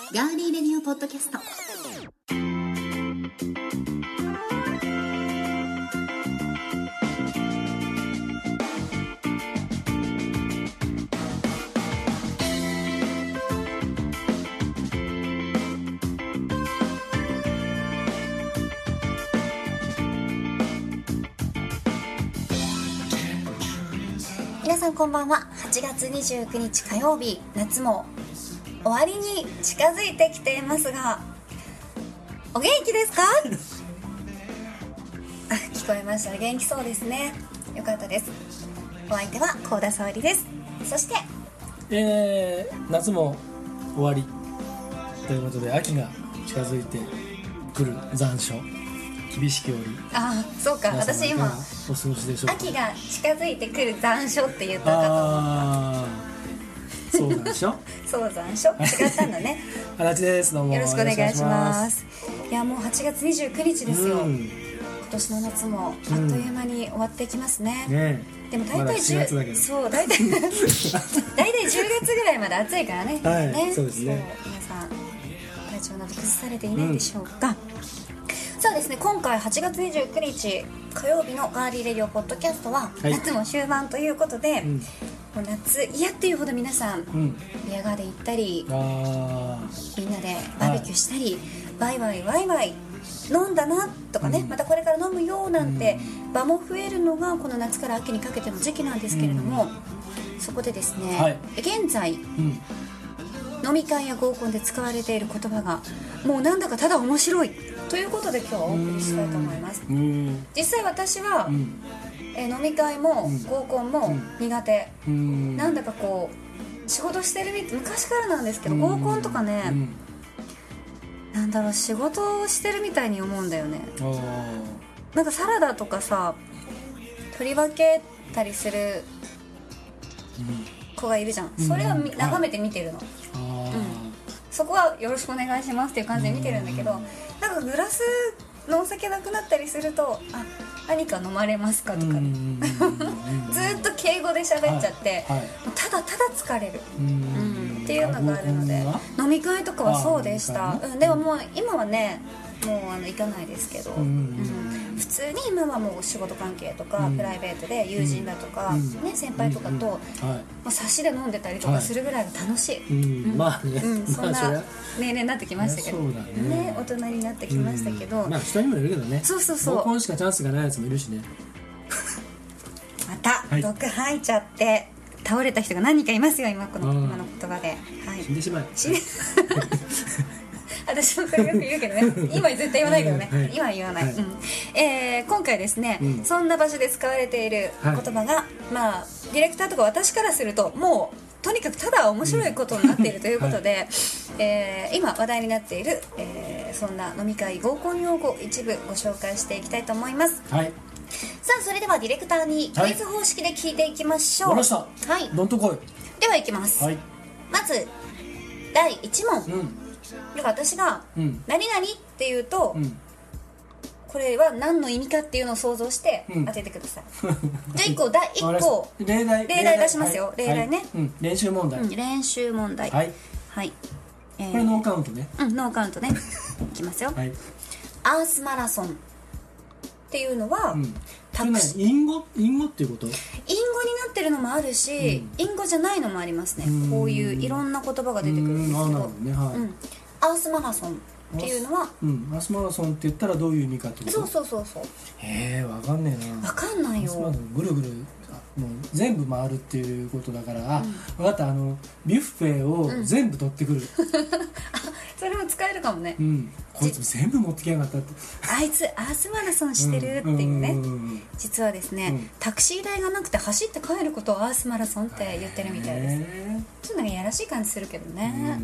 ガーリーレディオポッドキャスト。皆さんこんばんは。8月29日火曜日、夏も終わりに近づいてきていますが、お元気ですか？聞こえました。元気そうですね。よかったです。お相手は幸田沙織です。そして、 夏も終わりということで、秋が近づいてくる残暑、厳しき折。 そうか。私今お過ごしでしょうか。 秋が近づいてくる残暑って言ったかと思った。 そう残暑そう残暑違ったんだね。 足立です。どうもよろしくお願いします。いや、もう8月29日ですよ。今年の夏もあっという間に終わってきますね。でも大体10月だけど、そう大体10月ぐらいまで暑いからね。 はい、そうですね。 皆さん体調など崩されていないでしょうか。そうですね、今回8月29日火曜日のガーリーレディオポッドキャストは、夏も終盤ということで、もう夏嫌っていうほど皆さん、ビアガーデン行ったり、みんなでバーベキューしたり、ワイワイワイワイ飲んだなとかね、またこれから飲むよなんて場も増えるのがこの夏から秋にかけての時期なんですけれども、そこでですね、現在、飲み会や合コンで使われている言葉がもうなんだかただ面白いということで今日はお送りしたいと思います。実際私は、飲み会も合コンも苦手、なんだかこう仕事してる昔からなんですけど、合コンとかね、なんだろう、仕事をしてるみたいに思うんだよね。なんかサラダとかさ、取り分けたりする子がいるじゃん。それを眺めて見てるの。そこはよろしくお願いしますっていう感じで見てるんだけど、なんかグラスのお酒なくなったりすると、何か飲まれますかとか、ずっと敬語で喋っちゃって、ただただ疲れる、っていうのがあるので、飲み会とかはそうでした。でももう今はね、もう行かないですけど、普通に今はもう仕事関係とか、プライベートで友人だとか、先輩とかと、差しで飲んでたりとかするぐらいが楽しい。 まあね、 そんな年齢になってきましたけどね、大人になってきましたけど、 人にもいるけどね。合コンしかチャンスがないやつもいるしね。 また毒吐いちゃって倒れた人が何人かいますよ、今の言葉で。 死んでしまえ。 私もそれよく言うけどね。今絶対言わないけどね。今は言わない。今回ですね、そんな場所で使われている言葉が、ディレクターとか私からするともうとにかくただ面白いことになっているということで、今話題になっている、そんな飲み会合コン用語、一部ご紹介していきたいと思います。さあ、それではディレクターにクイズ方式で聞いていきましょう。 わかりました。どんとこい。 ではいきます。まず第1問。私が何々って言うと、これは何の意味かっていうのを想像して当ててください。じゃあ第1個例題出しますよ。例題ね。 練習問題。 練習問題。はい。 これノーカウントね。 ノーカウントね。いきますよ。アースマラソンっていうのは、 隠語っていうこと？ 隠語になってるのもあるし、隠語じゃないのもありますね。こういういろんな言葉が出てくるんですけど、アースマラソンっていうのは、 アースマラソンって言ったらどういう意味かってこと？ そう。 わかんねえな。 わかんないよ。 アースマラソンぐるぐるもう全部回るっていうことだから、分かった。ビュッフェを全部取ってくる。 それも使えるかもね。 こいつ全部持ってきやがったって。 あいつアースマラソンしてるっていうね。実はですね、タクシー代がなくて走って帰ることをアースマラソンって言ってるみたいです。ちょっとなんかやらしい感じするけどね。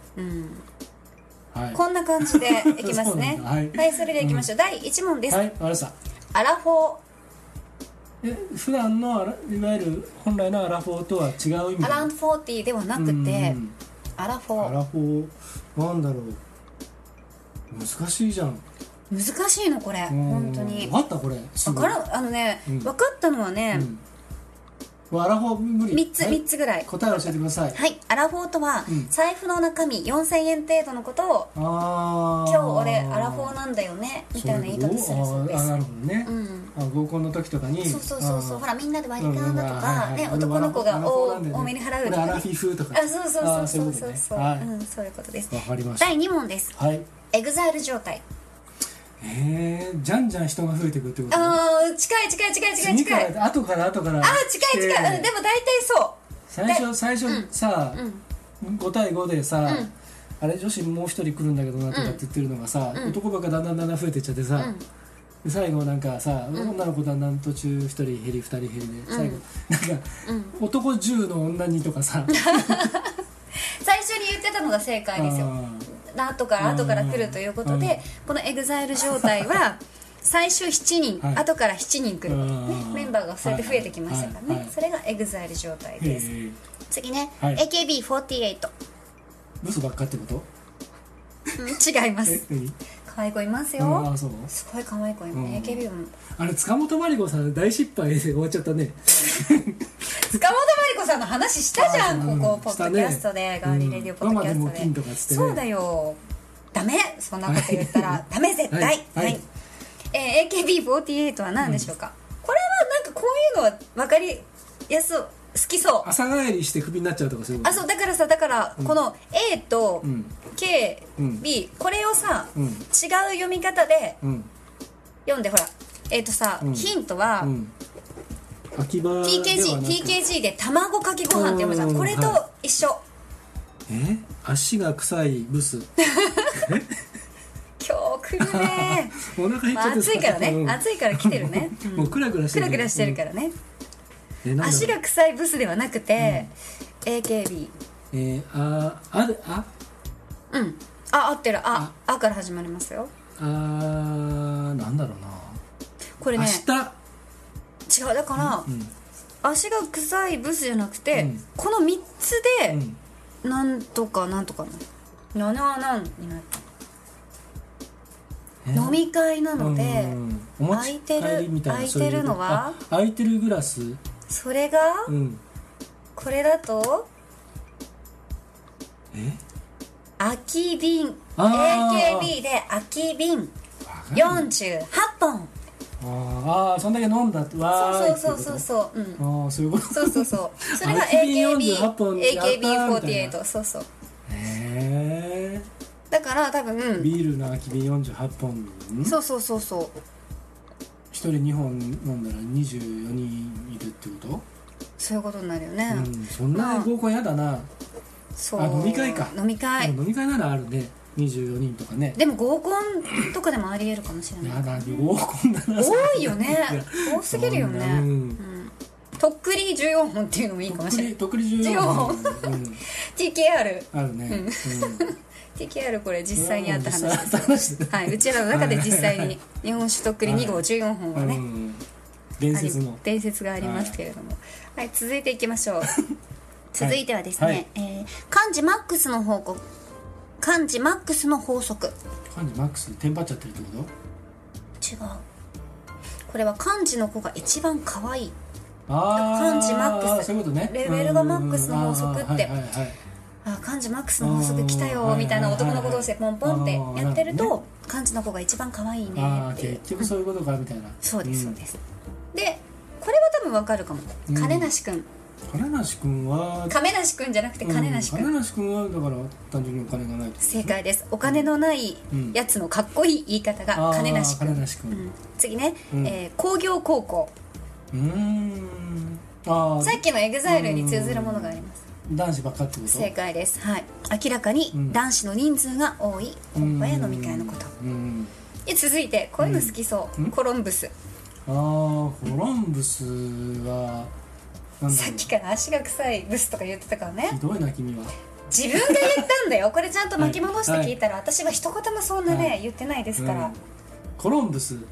こんな感じでいきますね。それでいきましょう。第1問です。 わかりました。 アラフォー。 普段のいわゆる本来のアラフォーとは違う意味。 アランフォーティーではなくて、アラフォー。 なんだろう、難しいじゃん。 難しいのこれ、本当に。 分かったこれ。 分かったのはね、 アラフォー無理。 3つぐらい。 答えを教えてください。 はい、アラフォーとは、財布の中身4000円程度のことを、 今日俺アラフォーなんだよねみたいな言い方するそうです。 なるほどね。合コンの時とかに、 そうほらみんなで割り勘だとかね、男の子が多めに払うとか、 アラフィフとか、 そういうことです。 わかりました。 第2問です。 はい。 エグザイル状態。 じゃんじゃん人が増えてくるってこと？ 近い。 後から近い。でも大体そう。 最初さ、5対5でさ、あれ女子もう一人来るんだけどなとかって言ってるのがさ、男ばっかだんだん増えてっちゃってさ、最後なんかさ、女の子だんだん途中1人減り2人減りで、最後なんか男10の女2とかさ、 最初に言ってたのが正解ですよ。後から来るということで、このエグザイル状態は最初7人、後から7人来ることね、メンバーがそうやって増えてきましたからね、それがエグザイル状態です。次ね、AKB48。 ブスばっかってこと？ 違います。可愛い子いますよ。すごい可愛い子います。AKB もあれ塚本真理子さん大失敗で終わっちゃったね。 塚本真理子さんの話したじゃん、ここポッドキャストで、ガーリーレディオポッドキャストで。そうだよ、ダメ、そんなこと言ったらダメ、絶対。AKB48 は何でしょうか？これはなんかこういうのは分かりやすそう、好きそう。 朝帰りしてクビになっちゃうとかそういうこと？ そうだからこの A と KB、これをさ、違う読み方で読んで、ほらヒントはTKG で卵かけご飯って読むじゃん。これと一緒。 足が臭いブス。 今日来るね。 お腹減っちゃって、 暑いからね、暑いから来てるね。 もうクラクラしてるからね。足が臭いブスではなくて AKB。 合ってる。あから始まりますよ。 なんだろうな、 これね、 違う、だから、足が臭いブスじゃなくて、この3つで、なんとかなんとかななんになる。飲み会なので、空いてるのは空いてるグラス、 それが、これだと空き瓶。 AKB で空き瓶48本。 そんだけ飲んだわー。 そうそういうこと。 それが AKB48。そうだから多分ビールの空き瓶48本。 そう 1人2本飲んだら24人いるってこと？ そういうことになるよね。 そんな合コンやだな。飲み会か。飲み会ならあるね、24人とかね。 でも合コンとかでもありえるかもしれない。 やだ、合コンだな。 多いよね。多すぎるよね。とっくり14本っていうのもいいかもしれない。 とっくり14本。 TKR あるね。 TKR これ実際にあった話です。はい、うちらの中で実際に日本酒とっくり2号14本はね、伝説がありますけれども、はい、続いていきましょう。続いてはですね、漢字マックスの報告。漢字マックスの法則。 漢字マックスでテンパっちゃってるってこと？ 違う。これは漢字の子が一番可愛い。 漢字マックス、 そういうことね。 レベルがマックスの法則って、漢字マックスの法則来たよみたいな男の子同士でポンポンってやってると、漢字の子が一番可愛いねっていう。 結局そういうことかみたいな。 そうです。でこれは多分わかるかも。金梨くん。 金梨くんは亀梨くんじゃなくて金梨くん。 金梨くんはだから単純にお金がない。 正解です。お金のないやつのかっこいい言い方が金梨くん。次ね、工業高校。さっきのエグザイルに通ずるものがあります。 男子ばっかってこと？ 正解です。はい、明らかに男子の人数が多い本場や飲み会のこと。続いてこういうの好きそう、コロンブス。 コロンブスはさっきから足が臭いブスとか言ってたからね。 ひどいな君は。 自分が言ったんだよ。これちゃんと巻き戻して聞いたら、私は一言もそんなね、言ってないですから。 コロンブス。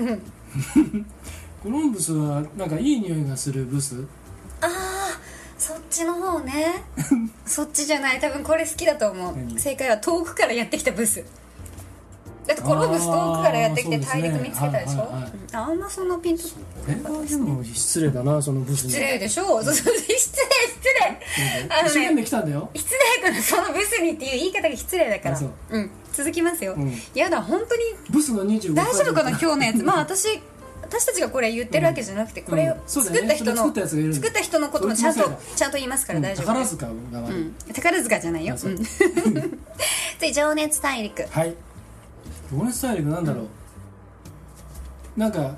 コロンブスはなんかいい匂いがするブス。 そっちの方ね。そっちじゃない。多分これ好きだと思う。正解は遠くからやってきたブス。 だってコロンブス遠くからやってきて大陸見つけたでしょ、あんまそのピンとでも失礼だな、そのブスに。 失礼でしょ、失礼一生懸命来たんだよ。 失礼かな、そのブスにっていう言い方が失礼だから。続きますよ。やだ、本当にブスの25% 大丈夫かな今日のやつ。まあ私たちがこれ言ってるわけじゃなくて、これを作った人のこともちゃんと言いますから大丈夫。 宝塚が悪い。 宝塚じゃないよ。次、情熱大陸。 はい、情熱大陸なんだろう、なんか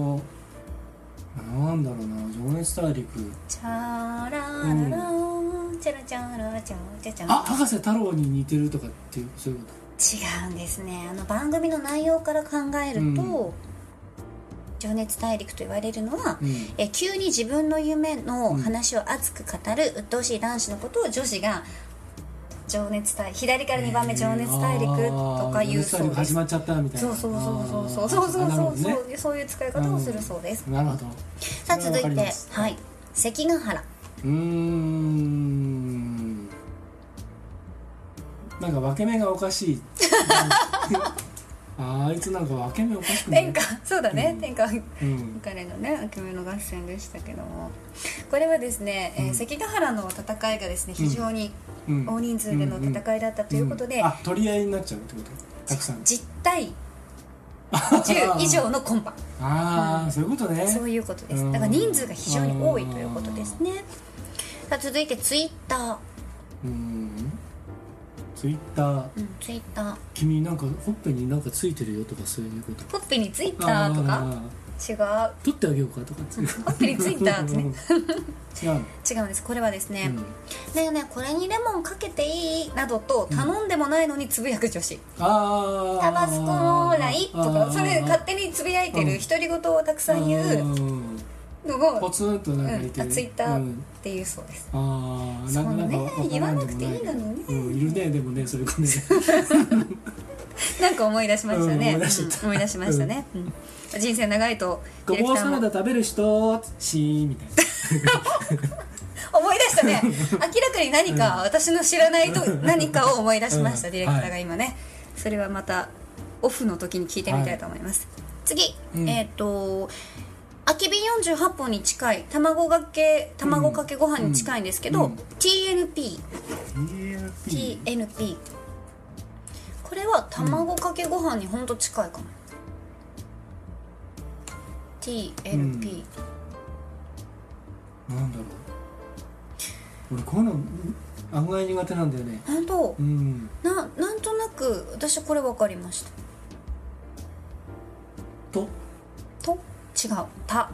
なんだろうな、情熱大陸。 チャラララチャラチャラチャチャチャ。 あ、博士太郎に似てるとかっていう、そういうこと。 違うんですね。番組の内容から考えると、情熱大陸と言われるのは、急に自分の夢の話を熱く語る鬱陶しい男子のことを女子が情熱大陸、左から2番目情熱大陸とか言うそうです。 始まっちゃったみたいな。 そういう使い方をするそうです。 なるほど。 さあ続いて、はい、関ヶ原。 なんか分け目がおかしい。あいつなんか分け目おかしくない？ 天下、そうだね、天下彼のね分け目の合戦でしたけども、これはですね、関ヶ原の戦いがですね非常に大人数での戦いだったということで、 取り合いになっちゃうってこと？たくさん 10対10以上のコンパ。 そういうことね。 そういうことです。だから人数が非常に多いということですね。さあ続いてツイッター。 ツイッター。君なんかほっぺになんかついてるよとかそういうこと。 ほっぺにツイッターとか？違う。 取ってあげようかとか。 ほっぺにツイッターですね。 違うんです。これはですね、だよね、これにレモンかけていいなどと頼んでもないのにつぶやく女子。タバスコもーらいとか、それ勝手につぶやいてる独り言をたくさん言うのをポツンとなんか言ってる。 ツイッターっていうそうです。 なんか言わなくていいのにね。 いるね、でもね、それこね。 なんか思い出しましたね。思い出しましたね。人生長いとごぼうサラダ食べる人シーンみたいな。 思い出したね。明らかに何か私の知らない何かを思い出しました、ディレクターが今ね。それはまたオフの時に聞いてみたいと思います。次、空き瓶48本に近い卵かけご飯に近いんですけど、TNP。これは卵かけご飯にほんと近いかも。TNP。 なんだろう、俺こういうの案外苦手なんだよね。 本当？なんとなく私これ分かりました。と違う、た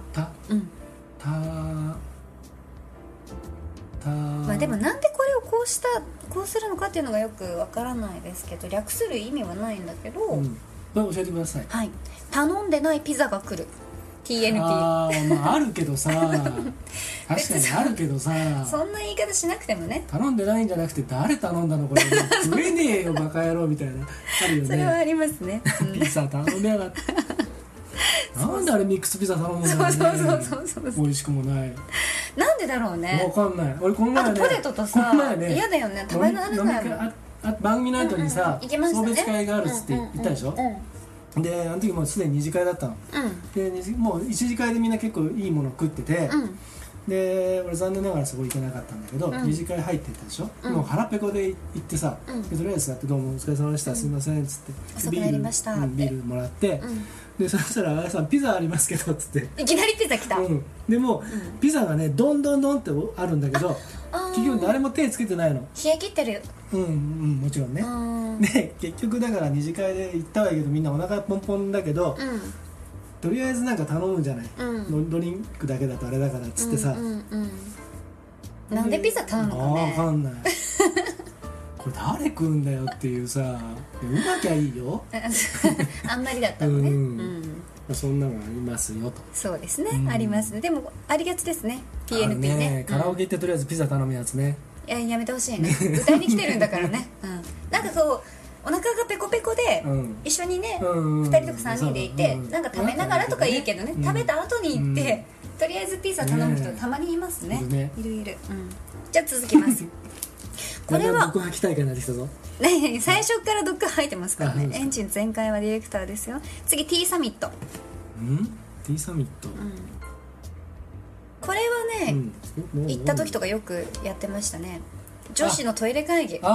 まあでもなんでこれをこうするのかっていうのがよく分からないですけど、略する意味はないんだけど、 教えてください。 はい、頼んでないピザが来る。TNP。 あるけどさ確かにあるけどさ、 そんな言い方しなくてもね。 頼んでないんじゃなくて誰頼んだのこれ食えねえよバカ野郎みたいなあるよね。 それはありますね。 ピザ頼めやがってなんであれミックスピザ頼むんだろうね。そう美味しくもない。 なんでだろうね。 分かんない。俺この前ね、 あとポテトとさ嫌だよね、食べられないもん。 番組の後にさ、送別会があるっつって言ったでしょ。で、あの時もうすでに2次会だったの。で、もう1次会でみんな結構いいもの食ってて、で俺残念ながらそこ行けなかったんだけど、2次会入ってたでしょ。もう腹ペコで行ってさ、とりあえずやってどうもお疲れ様でした、すいませんっつってビールもらって、でそしたら「あやさんピザありますけど」っつっていきなりピザ来た。 でもピザがねどんどんどんってあるんだけど、結局誰も手つけてないの。 冷え切ってる。 もちろんね。で結局だから2次会で行ったはいいけどみんなお腹ポンポンだけど、とりあえずなんか頼むんじゃない、ドリンクだけだとあれだからっつってさ、 なんでピザ頼むのかね。 分かんない。これ誰食うんだよっていうさ、うまきゃいいよ。 あんまりだったのね。 そんなのありますよと。 そうですね、ありますね。でもありがちですね TNP ね。 カラオケ行ってとりあえずピザ頼むやつね。 やめてほしいね。歌いに来てるんだからね。なんかこうお腹がペコペコで一緒にね2人とか3人でいて、なんか食べながらとかいいけどね、食べた後に行ってとりあえずピザ頼む人たまにいますね。いる。じゃあ続きます。 これは毒吐き大会になってきたぞ。 ね、最初から毒吐いてますからね。 あ、 エンジン全開はディレクターですよ。次 T サミット。 T サミット、 これはね、行った時とかよくやってましたね。女子のトイレ会議。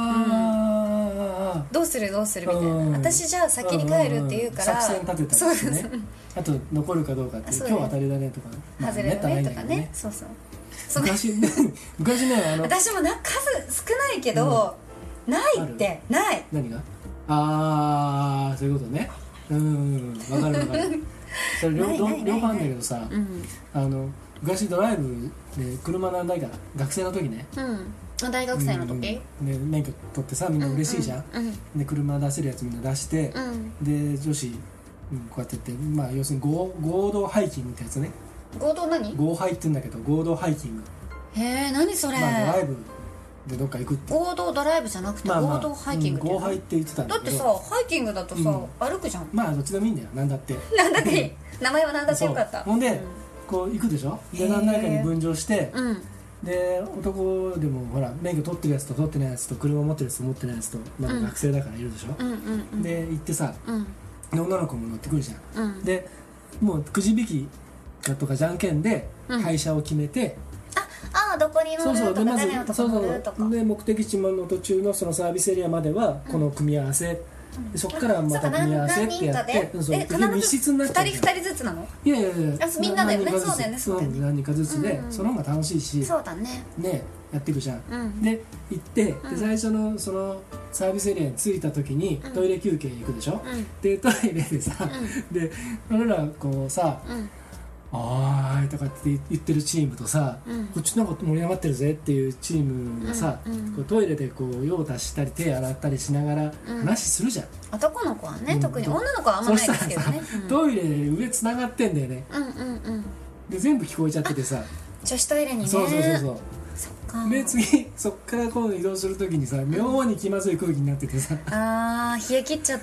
どうするみたいな。私じゃあ先に帰るって言うから作戦立てたんですね。あと残るかどうかって、今日当たりだねとか、 外れだねとかね。そうそう。 昔ね私も数少ないけど、ないってない。 何が？そういうことね。わかるそれ両方あるんだけどさ、昔ドライブで車何台か学生の時ね、 大学生の時、 で免許取ってさ、みんな嬉しいじゃん、で車出せるやつみんな出して、で女子こうやってって、要するに合同ハイキングってやつね。 合同何？ 合ハイって言うんだけど、合同ハイキング。 へえ、何それ。 ドライブでどっか行くって。 合同ドライブじゃなくて合同ハイキングって、 合ハイって言ってたんだけど、 だってさ、ハイキングだとさ、歩くじゃん。 どっちでもいいんだよ、なんだって名前はなんだってよかった。 ほんで、こう行くでしょ。で何台かに分乗して、で男でもほら免許取ってるやつと取ってないやつと、車持ってるやつと持ってないやつと、学生だからいるでしょ。で行ってさ、で女の子も乗ってくるじゃん。でもうくじ引きとかじゃんけんで会社を決めて、 どこに乗るとか、誰のとこ乗るとか。 で目的地の途中のそのサービスエリアまではこの組み合わせ、そこからまた組み合わせってやって、密室になっちゃう。 2人ずつなの？ いやみんなだよね。そうだよね。 何人かずつで、その方が楽しいし、 そうだね、 やっていくじゃん。で行って、最初のそのサービスエリアに着いた時にトイレ休憩行くでしょ。でトイレでさ、で俺らこうさ、あーいとかって言ってるチームとさ、こっちなんか盛り上がってるぜっていうチームがさ、こうトイレでこう用を足したり手洗ったりしながら話するじゃん。 男の子はね、特に女の子はあんまないですけどね。 トイレ上つながってんだよね。で全部聞こえちゃっててさ、 女子トイレにね。 そうそっか。 で次そっから今度移動する時にさ、妙に気まずい空気になっててさ、 冷え切っちゃって。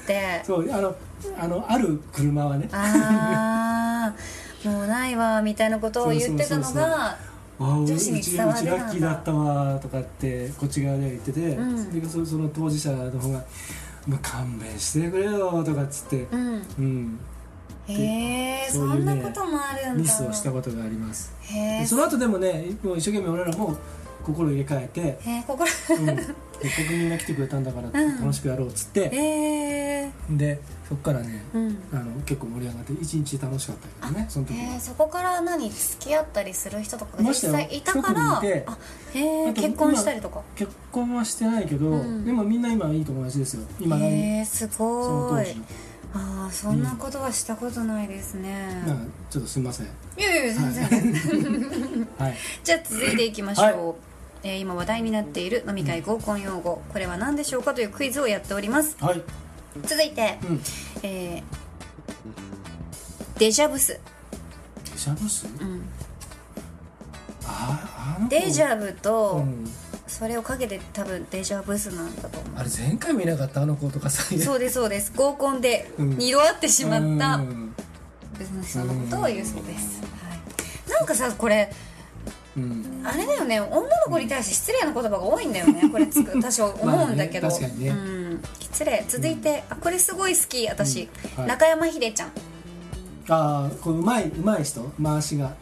そう、ある車はね、 もうないわみたいなことを言ってたのが女子に伝わってたんだ。 うちラッキーだったわとかってこっち側では言ってて、でその当事者の方が「勘弁してくれよ」とかっつって、 へえ、そんなこともあるんだ。 ミスをしたことがあります。その後でもね、もう一生懸命俺らも心入れ替えて、せっかくみんな来てくれたんだから楽しくやろうっつって、でそっからね、結構盛り上がって一日楽しかったけどね、その時は。 そこから付き合ったりする人とか実際いたから、結婚したりとか。 結婚はしてないけど、でもみんな今いい友達ですよ。今すごい。そんなことはしたことないですね。 ちょっとすみません。 いや全然。じゃあ続いていきましょう。今話題になっている飲み会合コン用語、これは何でしょうかというクイズをやっております。続いて、デジャブス。 デジャブス？ デジャブとそれをかけて多分デジャブスなんだと思う。 あれ前回見なかったあの子とかさ。 そうです。合コンで2度会ってしまったそのことを言うそうです。なんかさ、これあれだよね、女の子に対して失礼な言葉が多いんだよね。これ私は思うんだけど、 確かにね、 失礼。続いて、これすごい好き私、中山秀ちゃん。 これうまい人、回しが。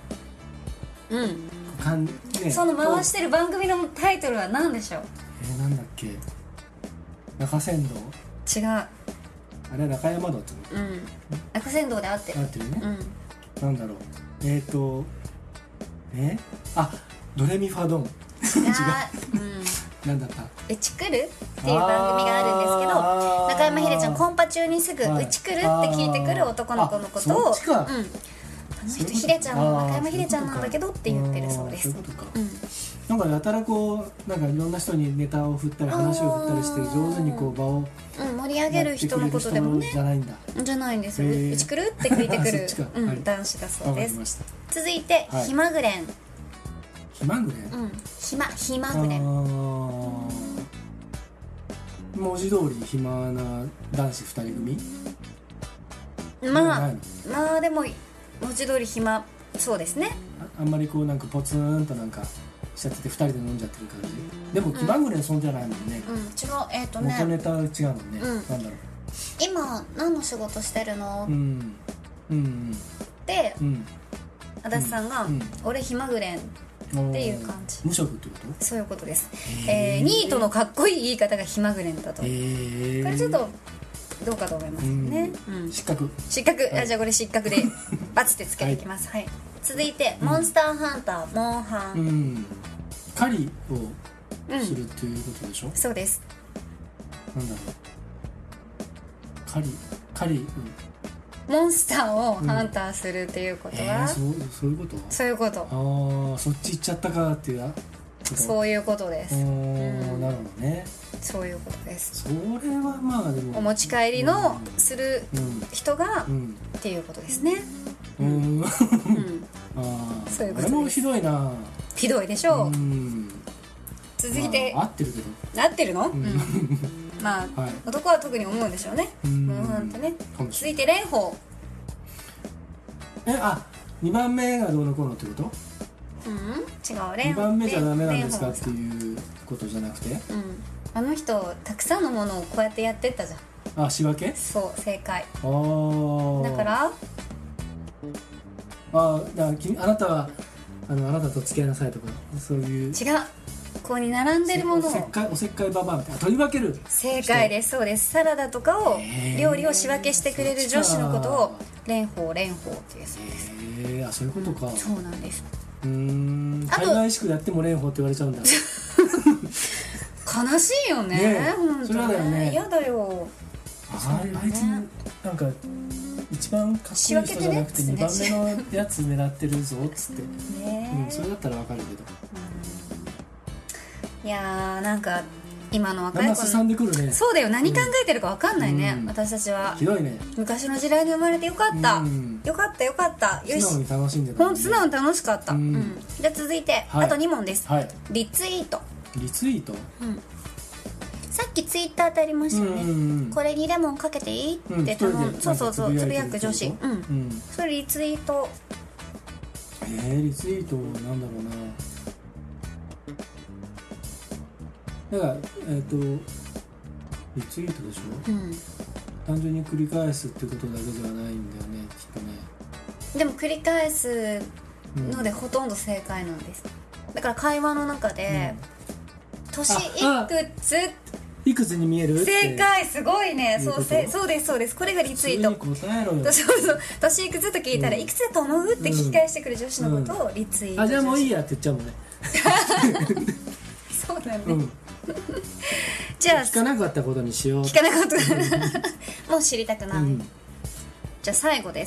その回してる番組のタイトルは何でしょう？ なんだっけ。中山道？ 違う。あれ中山道っての？中山道で合ってる。 合ってるね。なんだろう。ドレミファドン。違う。なんだった？ うち来るっていう番組があるんですけど、中山秀ちゃんコンパ中にすぐうち来るって聞いてくる男の子のことを、あの人秀ちゃんの中山秀ちゃんなんだけどって言ってるそうです。 なんかやたらこうなんかいろんな人にネタを振ったり話を振ったりして上手にこう場を盛り上げる人のことでもね。 じゃないんだ。 じゃないんですよ。うち来るって聞いてくる男子だそうです。続いてひまぐれん。 ひまぐれん？ ひまぐれん。 文字通り暇な男子2人組？ まあでも文字通り暇そうですね。 あんまりこうなんかポツンとなんかしちゃってて2人で飲んじゃってる感じ。でも気まぐれそうじゃないもんね。 違う元ネタは違うもんね。なんだろう。 今何の仕事してるので足立さんが俺ひまぐれんっていう感じ。 無職ってこと？ そういうことです。ニートのかっこいい言い方がひまぐれんだと。これちょっとどうかと思いますね。 失格。 じゃあこれ失格でバツってつけていきます。はい。続いてモンスターハンターモンハン。 狩りをするっていうことでしょ？ そうです。 なんだろう。狩り。 モンスターをハンターするっていうことは、 そういうこと？ そういうこと。 そっち行っちゃったかっていうそういうことです。 なるほどね。 そういうことです。 それはまあでもお持ち帰りのする人がっていうことですね。そういうことです。 これもひどいな。 ひどいでしょう。続いて合ってるけど。 合ってるの？まあ男は特に思うんでしょうね。モンハンってね。続いて蓮舫。 2番目がどうのこうのってこと？ 違う。 2番目じゃダメなんですかっていうことじゃなくて、 あの人たくさんのものをこうやってやってったじゃん。 仕分け？ そう正解。だからあなたはあなたと付き合いなさいとかそういう。違う。 ここに並んでるものをおせっかいババアみたいな取り分ける。 正解です。そうです。サラダとかを料理を仕分けしてくれる女子のことを蓮舫っていうそうです。 そういうことか。 そうなんです。 海外しくやっても蓮舫って言われちゃうんだ。 悲しいよね。 それはだよね。 嫌だよ。 あいつなんか一番かっこいい人じゃなくて2番目のやつ狙ってるぞっつって。それだったらわかるけど。いやなんか今の若い子のそうだよ。何考えてるか分かんないね。私たちはひどいね。 昔の時代に生まれてよかった。よかったよし。 素直に楽しんでた。 ほんと素直に楽しかった。じゃあ続いてあと2問です。リツイート。さっきツイッターってありましたよね。これにレモンかけていいって頼む。そうつぶやく女子。それリツイート。 リツイートなんだろうな。だからリツイートでしょ。単純に繰り返すってことだけじゃないんだよね、きっとね。 でも繰り返すのでほとんど正解なんです。だから会話の中で年いくつに見える？正解。すごいね。そうです。これがリツイート。 答えろよ。 そう年いくつと聞いたらいくつだと思うって聞き返してくる女子のことをリツイート。 じゃあもういいやって言っちゃうもんね。 そうだね。じゃあ聞かなかったことにしよう。 聞かなかったもう知りたくない。じゃあ最後です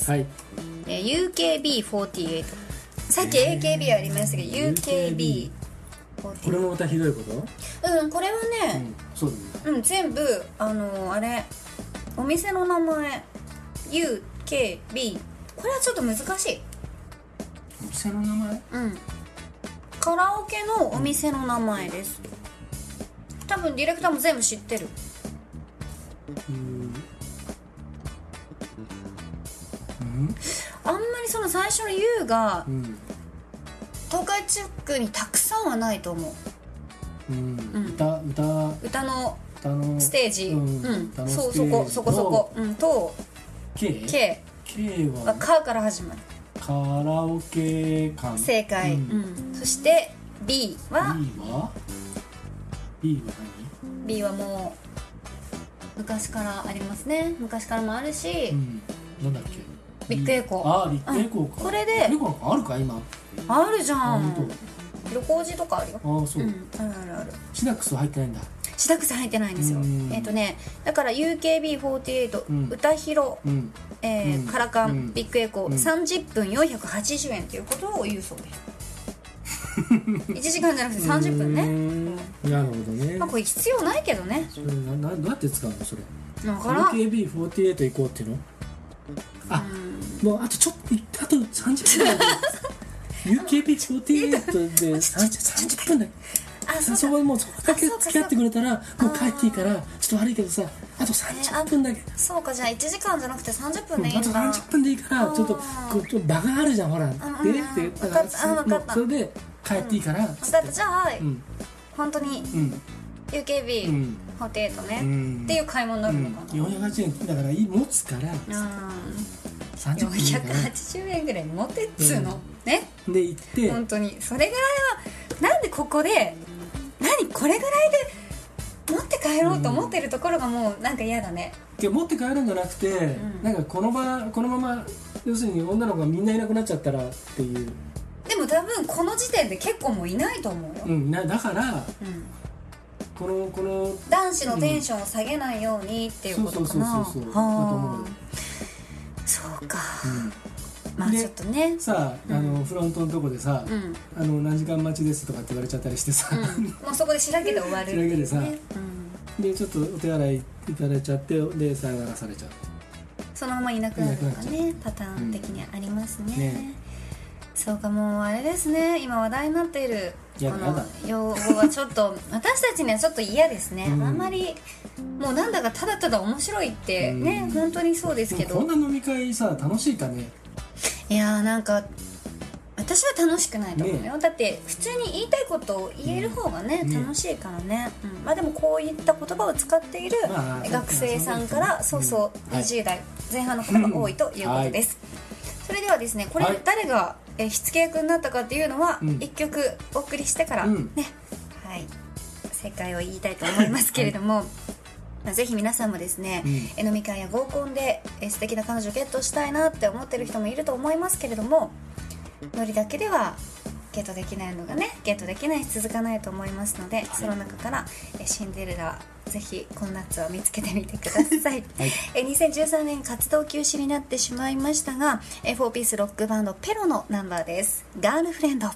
。UKB48。さっき AKB ありましたけど UKB。 これもまたひどいこと？ これはね、 そうだね。 全部あれお店の名前 UKB。これはちょっと難しい。 お店の名前？ カラオケのお店の名前です。多分ディレクターも全部知ってる。あんまりその最初の U が東海地区にたくさんはないと思う。歌のステージ。そこ。と K はカから始まる。 カラオケ館。 正解。そして B は B はもう昔からありますね。昔からもあるし、 なんだっけ、 ビッグエコー。ビッグエコーか。 これでビッグエコーあるか今？ あるじゃん。旅行時とかあるよ。 そう。 ある。 シナックスは入ってないんだ。 シナックス入ってないんですよ。だから UKB48 歌広カラカンビッグエコー30分480円ということを言うそうです。1時間じゃなくて30分ね。 なるほどね。 これ必要ないけどね。 それどうやって使うのそれ？ だから UKB48 行こうっていうの？もうあと30分だけUKB48 で30分だけ。そこもうそれだけ付き合ってくれたらもう帰っていいから、ちょっと悪いけどさ、あと30分だけ。 そうか、じゃあ1時間じゃなくて30分でいいんだ。 あと30分でいいから、ちょっと場があるじゃん、ほら。でねって、それで帰っていいかなっつって、 だってじゃあ、 うん、 本当に、 うん、 UKB、うん、ホテイトね、 うん、 っていう買い物になるのかな、 480円だから持つから 30分480円ぐらい持てっつうの、ねで行って本当にそれぐらいはなんでここでこれぐらいで持って帰ろうと思ってるところがもうなんか嫌だね。 いや持って帰るんじゃなくて、なんかこのまま要するに女の子がみんないなくなっちゃったらっていう。 でも多分この時点で結構もういないと思うよ、 だから、この男子のテンションを下げないようにっていうことかな。 そうだと思う。 そうか、まあちょっとねさフロントのとこでさ、何時間待ちですとかって言われちゃったりしてさ、 もうそこでしらけで終わるっていうね。 しらけでさ、でちょっとお手洗いいただいちゃってでさよならされちゃう、そのままいなくなるとかね、パターン的にありますね。そうか、もうあれですね、今話題になっているこの用語はちょっと私たちにはちょっと嫌ですね、あんまりもうなんだかただただ面白いってね、本当にそうですけど、 こんな飲み会さ楽しいかね。 いやなんか私は楽しくないと思うよ、だって普通に言いたいことを言える方がね、楽しいからね、まあでもこういった言葉を使っている学生さんからそう20代前半の方が多いということです。それではですね、これ誰が火付け役になったかっていうのは1曲お送りしてからね、正解を言いたいと思いますけれども、ぜひ皆さんもですね、飲み会や合コンで素敵な彼女ゲットしたいなって思ってる人もいると思いますけれども、ノリだけではゲットできないのがね、ゲットできないし続かないと思いますので、その中からシンデレラぜひこの夏を見つけてみてください、2013年活動休止になってしまいましたが、4ピースロックバンドペロのナンバーです。ガールフレンド。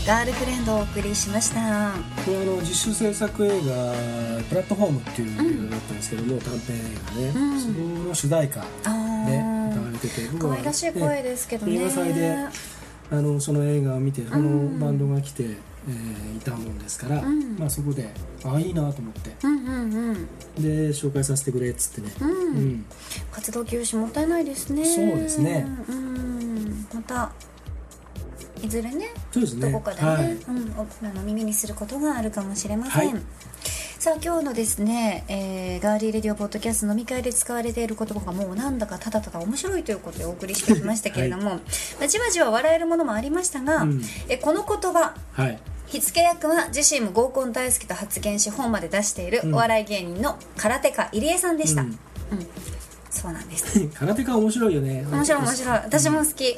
ガールフレンドをお送りしました。 これ自主制作映画プラットフォームっていう映画だったんですけども、短編映画ね、そこの主題歌で歌われてて、 可愛らしい声ですけどね。 映画祭でその映画を見て、そのバンドが来て、いたもんですから、そこでいいなと思って、で紹介させてくれっつってね、 活動休止もったいないですね。 そうですね、 またいずれね、 そうですね、 どこかでね、耳にすることがあるかもしれません。さあ今日のですね、ガーリーレディオポッドキャスト飲み会で使われている言葉がもうなんだかただただ面白いということでお送りしてきましたけれども、じわじわ笑えるものもありましたが、この言葉、火付け役は自身も合コン大好きと発言し本まで出しているお笑い芸人の空手家入江さんでした。そうなんです空手家面白いよね。 面白い私も好き。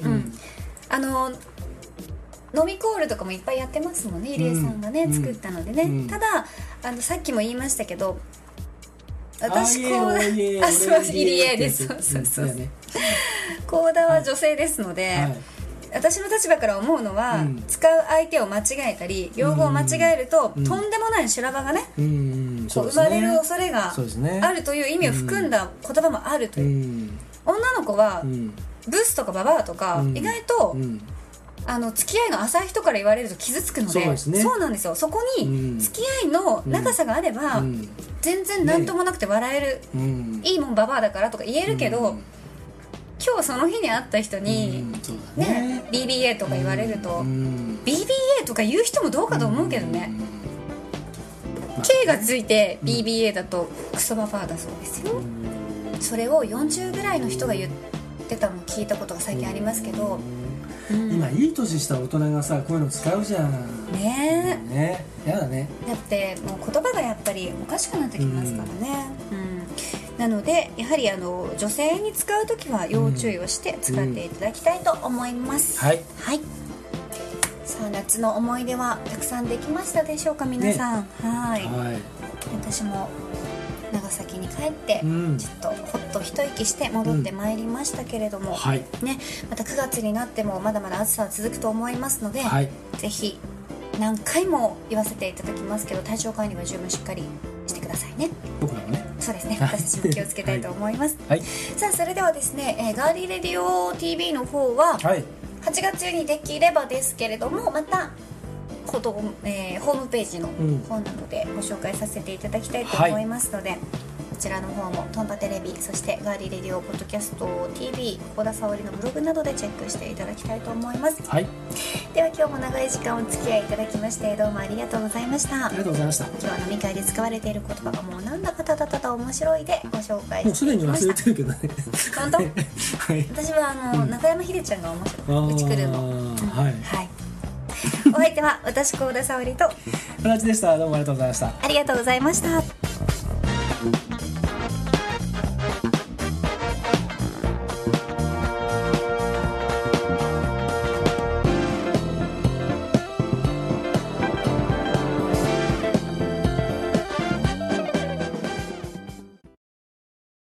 飲みコールとかもいっぱいやってますもんね、入江さんがね、作ったのでね。たださっきも言いましたけど、私こう入江です。コーダは女性ですので、私の立場から思うのは、使う相手を間違えたり用語を間違えると、とんでもない修羅場がね、生まれる恐れがあるという意味を含んだ言葉もあるという。女の子はブスとかババアとか意外と付き合いの浅い人から言われると傷つくので、そうなんですよ。そこに付き合いの長さがあれば、全然何ともなくて笑える、いいもんババアだからとか言えるけど、今日その日に会った人に、BBA とか言われると、BBA とか言う人もどうかと思うけどね、K がついて BBA だとクソババアだそうですよ。それを40ぐらいの人が言ってたのを聞いたことが最近ありますけど、 今いい年した大人がさこういうの使うじゃんね。 やだね。 だってもう言葉がやっぱりおかしくなってきますからね。なのでやはり女性に使うときは要注意をして使っていただきたいと思います。さあ夏の思い出はたくさんできましたでしょうか皆さん。私も長崎に帰ってちょっとほっと一息して戻ってまいりましたけれども、また9月になってもまだまだ暑さは続くと思いますので、ぜひ何回も言わせていただきますけど、体調管理は十分しっかりしてくださいね。 僕らもね。 そうですね、私たちも気をつけたいと思います。さあそれではですね、ガーリーレディオ TV の方は8月にできればですけれども、またホームページの方なのでご紹介させていただきたいと思いますので、こちらの方もトンパテレビ、そしてガーリーレディオポッドキャスト TV、 小田沙織のブログなどでチェックしていただきたいと思います。では今日も長い時間お付き合いいただきましてどうもありがとうございました。 ありがとうございました。 今日は飲み会で使われている言葉がもうなんだかただただ面白いでご紹介していきました。 もうすでに忘れてるけどね。 本当私は中山秀ちゃんが面白い、うち来るの。お相手は私小田沙織と形でした。どうもありがとうございました。 ありがとうございました。